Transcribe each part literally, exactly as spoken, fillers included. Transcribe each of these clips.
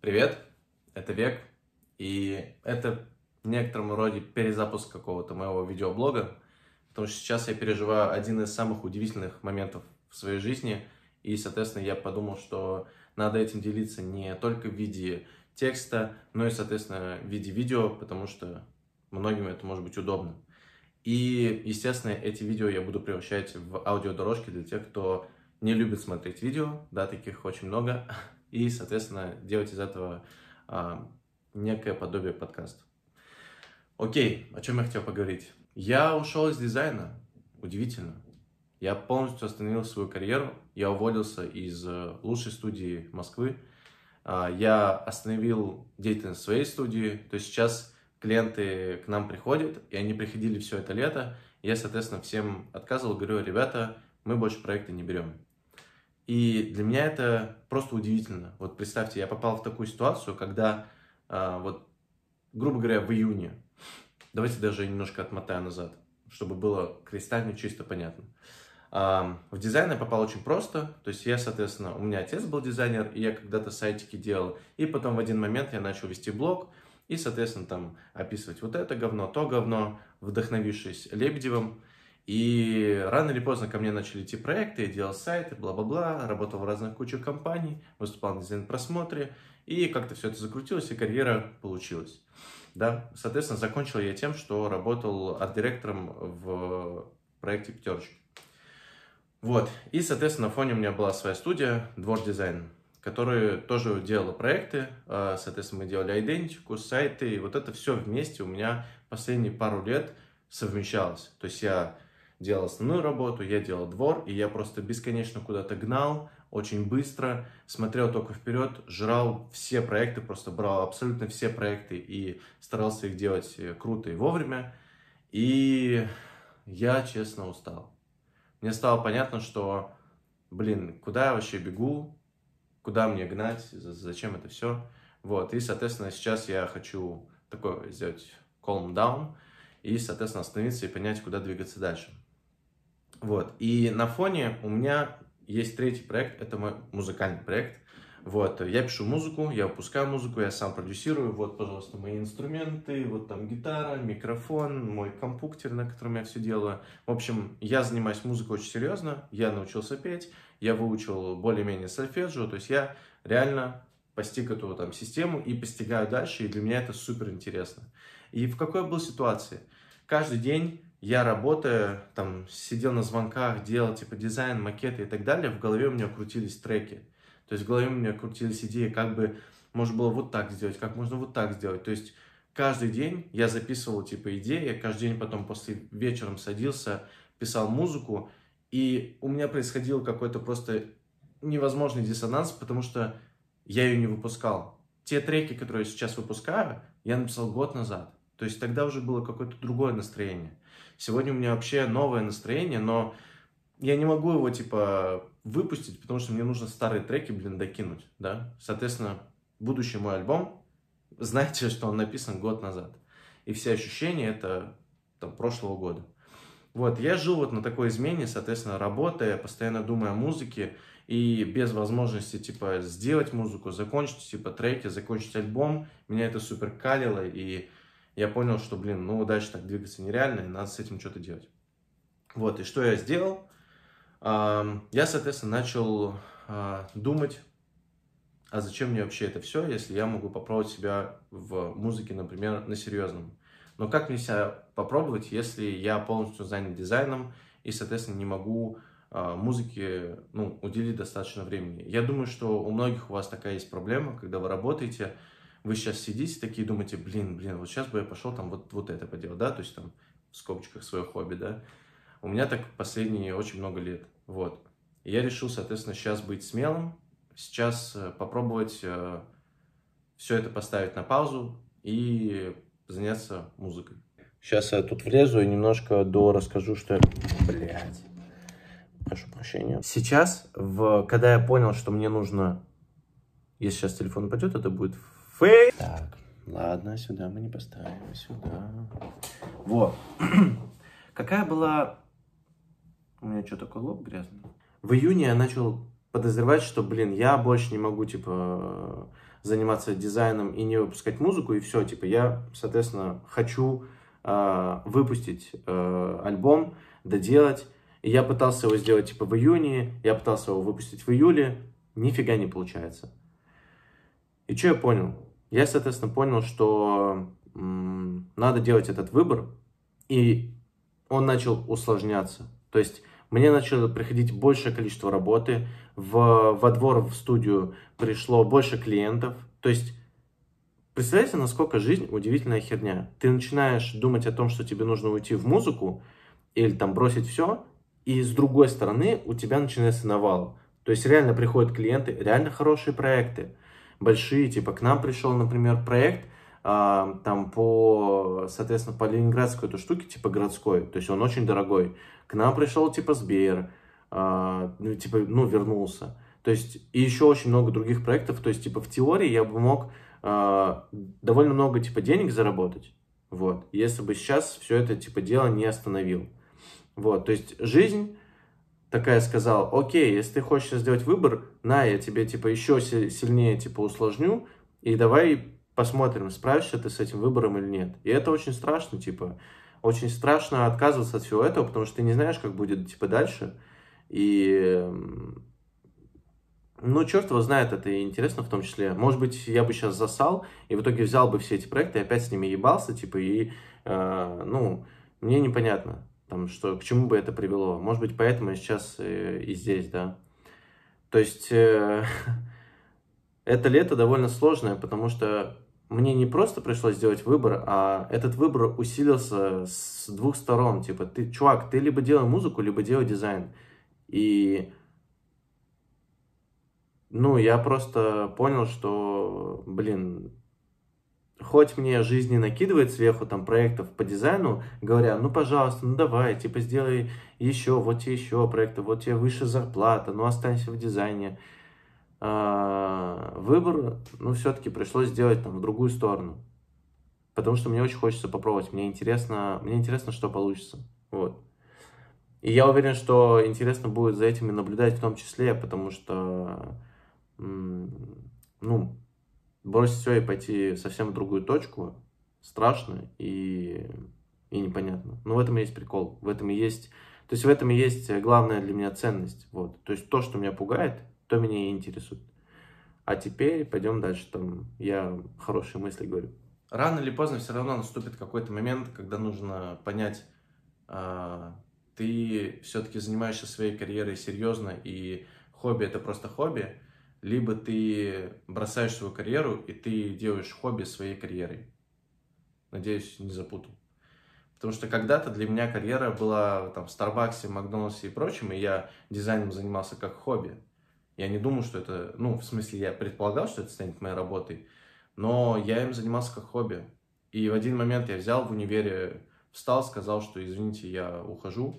Привет, это Век, и это в некотором роде перезапуск какого-то моего видеоблога, потому что сейчас я переживаю один из самых удивительных моментов в своей жизни, и, соответственно, я подумал, что надо этим делиться не только в виде текста, но и, соответственно, в виде видео, потому что многим это может быть удобно. И, естественно, эти видео я буду превращать в аудиодорожки для тех, кто не любит смотреть видео, да, таких очень много, и, соответственно, делать из этого а, некое подобие подкаста. Окей, о чем я хотел поговорить? Я ушел из дизайна, удивительно. Я полностью остановил свою карьеру, я уволился из лучшей студии Москвы, а, я остановил деятельность своей студии, то есть сейчас клиенты к нам приходят, и они приходили все это лето, я, соответственно, всем отказывал, говорю: ребята, мы больше проекты не берем. И для меня это просто удивительно. Вот представьте, я попал в такую ситуацию, когда, а, вот, грубо говоря, в июне, давайте даже немножко отмотаю назад, чтобы было кристально чисто понятно. А, в дизайн я попал очень просто, то есть я, соответственно, у меня отец был дизайнер, и я когда-то сайтики делал, и потом в один момент я начал вести блог, и, соответственно, там описывать вот это говно, то говно, вдохновившись Лебедевым. И рано или поздно ко мне начали идти проекты, я делал сайты, бла-бла-бла, работал в разных кучах компаний, выступал на дизайн-просмотре, и как-то все это закрутилось, и карьера получилась. Да? Соответственно, закончил я тем, что работал арт-директором в проекте «Пятерочка». Вот, и, соответственно, на фоне у меня была своя студия «Двор Дизайн», которая тоже делала проекты, соответственно, мы делали идентику, сайты, и вот это все вместе у меня последние пару лет совмещалось. То есть я делал основную работу, я делал двор, и я просто бесконечно куда-то гнал, очень быстро, смотрел только вперед, жрал все проекты, просто брал абсолютно все проекты и старался их делать круто и вовремя. И я, честно, устал. Мне стало понятно, что, блин, куда я вообще бегу, куда мне гнать, зачем это все. Вот, и, соответственно, сейчас я хочу такое сделать calm down и, соответственно, остановиться и понять, куда двигаться дальше. Вот, и на фоне у меня есть третий проект, это мой музыкальный проект. Вот, я пишу музыку, я выпускаю музыку, я сам продюсирую. Вот, пожалуйста, мои инструменты, вот там гитара, микрофон, мой компьютер, на котором я все делаю. В общем, я занимаюсь музыкой очень серьезно, я научился петь, я выучил более-менее сольфеджио, то есть я реально постиг эту там систему и постигаю дальше, и для меня это супер интересно. И в какой я был ситуации? Каждый день я, работая, там, сидел на звонках, делал типа дизайн, макеты и так далее, в голове у меня крутились треки. То есть в голове у меня крутились идеи, как бы можно было вот так сделать, как можно вот так сделать. То есть каждый день я записывал типа идеи, я каждый день потом после вечером садился, писал музыку, и у меня происходил какой-то просто невозможный диссонанс, потому что я ее не выпускал. Те треки, которые я сейчас выпускаю, я написал год назад. То есть тогда уже было какое-то другое настроение. Сегодня у меня вообще новое настроение, но я не могу его, типа, выпустить, потому что мне нужно старые треки, блин, докинуть, да. Соответственно, будущий мой альбом, знаете, что он написан год назад. И все ощущения это, там, прошлого года. Вот, я жил вот на такой измене, соответственно, работая, постоянно думая о музыке, и без возможности, типа, сделать музыку, закончить, типа, треки, закончить альбом, меня это супер калило, и я понял, что, блин, ну, дальше так двигаться нереально, и надо с этим что-то делать. Вот, и что я сделал? Я, соответственно, начал думать, а зачем мне вообще это все, если я могу попробовать себя в музыке, например, на серьезном. Но как мне себя попробовать, если я полностью занят дизайном и, соответственно, не могу музыке, ну, уделить достаточно времени? Я думаю, что у многих у вас такая есть проблема, когда вы работаете, вы сейчас сидите такие, думаете: блин, блин, вот сейчас бы я пошел там вот, вот это поделать, да, то есть там в скобочках свое хобби, да. У меня так последние очень много лет, вот. И я решил, соответственно, сейчас быть смелым, сейчас попробовать э, все это поставить на паузу и заняться музыкой. Сейчас я тут влезу и немножко до расскажу, что я... Блядь. Прошу прощения. Сейчас, в... когда я понял, что мне нужно... Если сейчас телефон упадет, это будет фейк. Так, ладно, сюда мы не поставим, сюда. Вот. Какая была... У меня что, такой лоб грязный? В июне я начал подозревать, что, блин, я больше не могу, типа, заниматься дизайном и не выпускать музыку, и все, типа, я, соответственно, хочу э, выпустить э, альбом, доделать, и я пытался его сделать, типа, в июне, я пытался его выпустить в июле, нифига не получается. И что я понял? Я, соответственно, понял, что м, надо делать этот выбор, и он начал усложняться. То есть мне начало приходить большее количество работы, в, во двор, в студию пришло больше клиентов. То есть представляете, насколько жизнь удивительная херня. Ты начинаешь думать о том, что тебе нужно уйти в музыку или там бросить все, и с другой стороны у тебя начинается навал. То есть реально приходят клиенты, реально хорошие проекты, большие, типа к нам пришел, например, проект, а, там по, соответственно, по ленинградской этой штуке, типа городской, то есть он очень дорогой. К нам пришел типа Сбер, а, ну, типа, ну, вернулся. То есть и еще очень много других проектов, то есть типа в теории я бы мог а, довольно много типа денег заработать, вот, если бы сейчас все это типа дело не остановил. Вот, то есть жизнь такая сказала: окей, если ты хочешь сделать выбор, на, я тебе типа еще сильнее типа усложню, и давай посмотрим, справишься ты с этим выбором или нет. И это очень страшно, типа, очень страшно отказываться от всего этого, потому что ты не знаешь, как будет типа дальше. И, ну, черт его знает, это и интересно в том числе. Может быть, я бы сейчас засал, и в итоге взял бы все эти проекты, и опять с ними ебался, типа, и, э, ну, мне непонятно, там, что, к чему бы это привело. Может быть, поэтому я сейчас э, и здесь, да. То есть, э, это лето довольно сложное, потому что мне не просто пришлось сделать выбор, а этот выбор усилился с двух сторон. Типа, ты, чувак, ты либо делай музыку, либо делай дизайн. И... Ну, я просто понял, что, блин, хоть мне жизнь не накидывает сверху там проектов по дизайну, говоря: ну, пожалуйста, ну давай, типа, сделай еще, вот тебе еще проекты, вот тебе выше зарплата, ну, останься в дизайне. А, выбор, ну, все-таки пришлось сделать там в другую сторону. Потому что мне очень хочется попробовать, мне интересно, мне интересно, что получится. Вот. И я уверен, что интересно будет за этим и наблюдать в том числе, потому что... ну, бросить все и пойти совсем в другую точку страшно и, и непонятно. Но в этом и есть прикол, в этом и есть, то есть в этом и есть главная для меня ценность. Вот. То есть то, что меня пугает, то меня и интересует. А теперь пойдем дальше, там я хорошие мысли говорю. Рано или поздно все равно наступит какой-то момент, когда нужно понять, а, ты все-таки занимаешься своей карьерой серьезно, и хобби это просто хобби, либо ты бросаешь свою карьеру, и ты делаешь хобби своей карьерой. Надеюсь, не запутал. Потому что когда-то для меня карьера была там в Старбаксе, Макдональдсе и прочем, и я дизайном занимался как хобби. Я не думал, что это... Ну, в смысле, я предполагал, что это станет моей работой, но я им занимался как хобби. И в один момент я взял в универе, встал, сказал, что извините, я ухожу.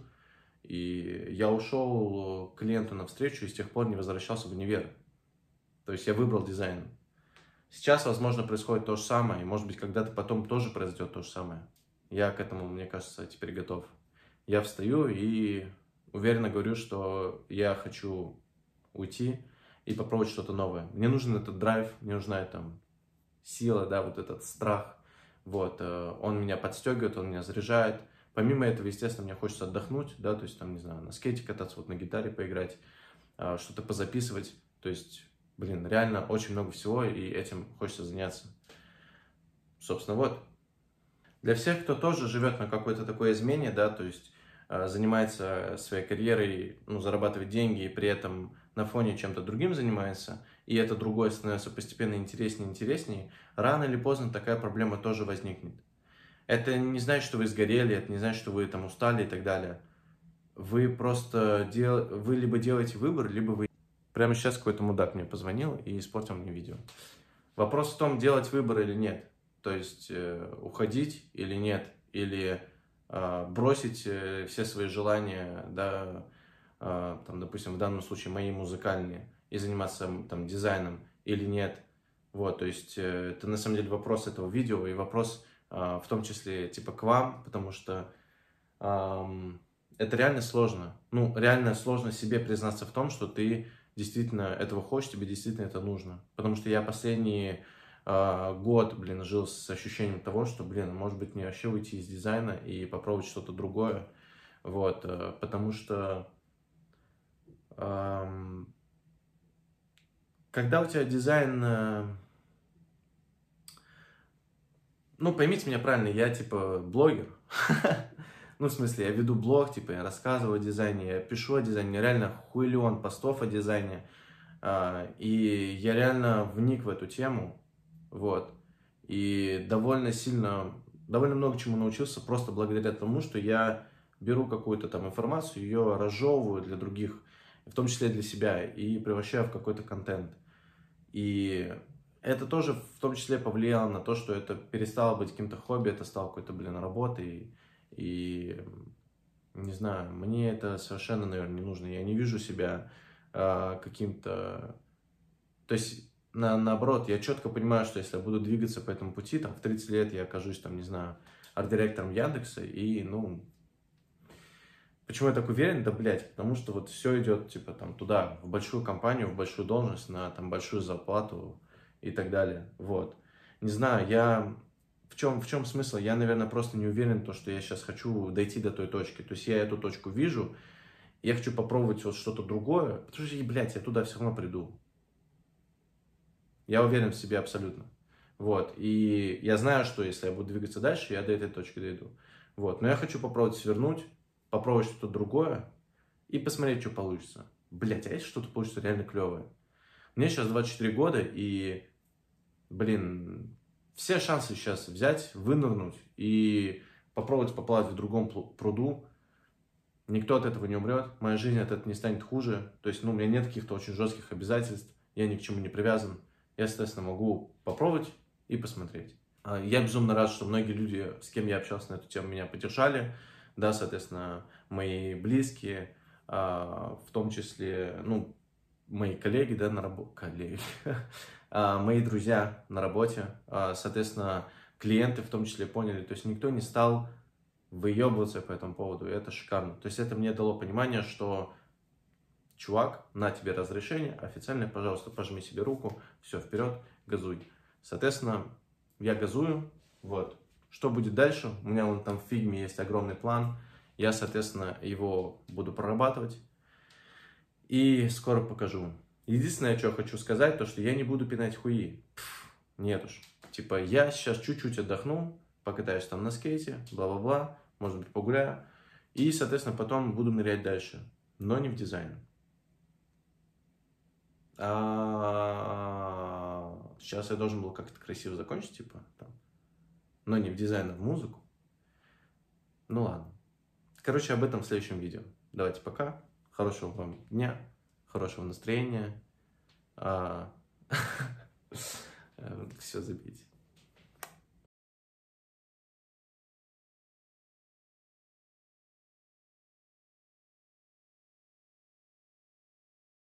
И я ушел к клиенту навстречу и с тех пор не возвращался в универ. То есть я выбрал дизайн. Сейчас, возможно, происходит то же самое, и, может быть, когда-то потом тоже произойдет то же самое. Я к этому, мне кажется, теперь готов. Я встаю и уверенно говорю, что я хочу уйти и попробовать что-то новое. Мне нужен этот драйв, мне нужна эта сила, да, вот этот страх. Вот, он меня подстегивает, он меня заряжает. Помимо этого, естественно, мне хочется отдохнуть, да, то есть, там, не знаю, на скейте кататься, вот на гитаре поиграть, что-то позаписывать, то есть... Блин, реально очень много всего, и этим хочется заняться. Собственно, вот. Для всех, кто тоже живет на какой-то такой измене, да, то есть э, занимается своей карьерой, ну, зарабатывает деньги, и при этом на фоне чем-то другим занимается, и это другое становится постепенно интереснее и интереснее, рано или поздно такая проблема тоже возникнет. Это не значит, что вы сгорели, это не значит, что вы там устали и так далее. Вы просто дел... вы либо делаете выбор, либо вы... Прямо сейчас какой-то мудак мне позвонил и испортил мне видео. Вопрос в том, делать выбор или нет. То есть э, уходить или нет. Или э, бросить э, все свои желания, да, э, там, допустим, в данном случае мои музыкальные, и заниматься там дизайном или нет. Вот, то есть э, это на самом деле вопрос этого видео и вопрос э, в том числе типа к вам, потому что э, это реально сложно. Ну, реально сложно себе признаться в том, что ты действительно этого хочешь, тебе действительно это нужно. Потому что я последний э, год, блин, жил с ощущением того, что, блин, может быть, мне вообще уйти из дизайна и попробовать что-то другое. Вот, э, потому что э, когда у тебя дизайн... Э, ну, поймите меня правильно, я, типа, блогер. Ну, в смысле, я веду блог, типа, я рассказываю о дизайне, я пишу о дизайне, реально хуиллион постов о дизайне. И я реально вник в эту тему, вот. И довольно сильно, довольно много чему научился просто благодаря тому, что я беру какую-то там информацию, ее разжевываю для других, в том числе для себя, и превращаю в какой-то контент. И это тоже в том числе повлияло на то, что это перестало быть каким-то хобби, это стало какой-то, блин, работой. И, не знаю, мне это совершенно, наверное, не нужно. Я не вижу себя э, каким-то... То есть, на, наоборот, я четко понимаю, что если я буду двигаться по этому пути, там, в тридцать лет я окажусь, там, не знаю, арт-директором Яндекса, и, ну... Почему я так уверен? Да, блядь, потому что вот все идет, типа, там, туда, в большую компанию, в большую должность, на, там, большую зарплату и так далее, вот. Не знаю, я... В чем, в чем смысл? Я, наверное, просто не уверен, в том, что я сейчас хочу дойти до той точки. То есть я эту точку вижу, я хочу попробовать вот что-то другое, потому что, блядь, я туда все равно приду. Я уверен в себе абсолютно. Вот. И я знаю, что если я буду двигаться дальше, я до этой точки дойду. Вот. Но я хочу попробовать свернуть, попробовать что-то другое и посмотреть, что получится. Блядь, а если что-то получится реально клевое? Мне сейчас двадцать четыре года, и, блин, все шансы сейчас взять, вынырнуть и попробовать поплавать в другом пруду. Никто от этого не умрет, моя жизнь от этого не станет хуже. То есть, ну, у меня нет каких-то очень жестких обязательств, я ни к чему не привязан. Я, соответственно, могу попробовать и посмотреть. Я безумно рад, что многие люди, с кем я общался на эту тему, меня поддержали. Да, соответственно, мои близкие, в том числе, ну, мои коллеги, да, на работе, коллеги, мои друзья на работе, соответственно, клиенты в том числе поняли. То есть никто не стал выебываться по этому поводу, и это шикарно. То есть это мне дало понимание, что, чувак, на тебе разрешение официальное, пожалуйста, пожми себе руку, все, вперед, газуй. Соответственно, я газую, вот. Что будет дальше? У меня вон там в фигме есть огромный план, я, соответственно, его буду прорабатывать и скоро покажу. Единственное, что я хочу сказать, то, что я не буду пинать хуи. Пфф, нет уж. Типа, я сейчас чуть-чуть отдохну, покатаюсь там на скейте, бла-бла-бла, может быть, погуляю. И, соответственно, потом буду нырять дальше. Но не в дизайн. А... Сейчас я должен был как-то красиво закончить, типа, там. Но не в дизайн, а в музыку. Ну ладно. Короче, об этом в следующем видео. Давайте пока. Хорошего вам дня, хорошего настроения. Все, забейте.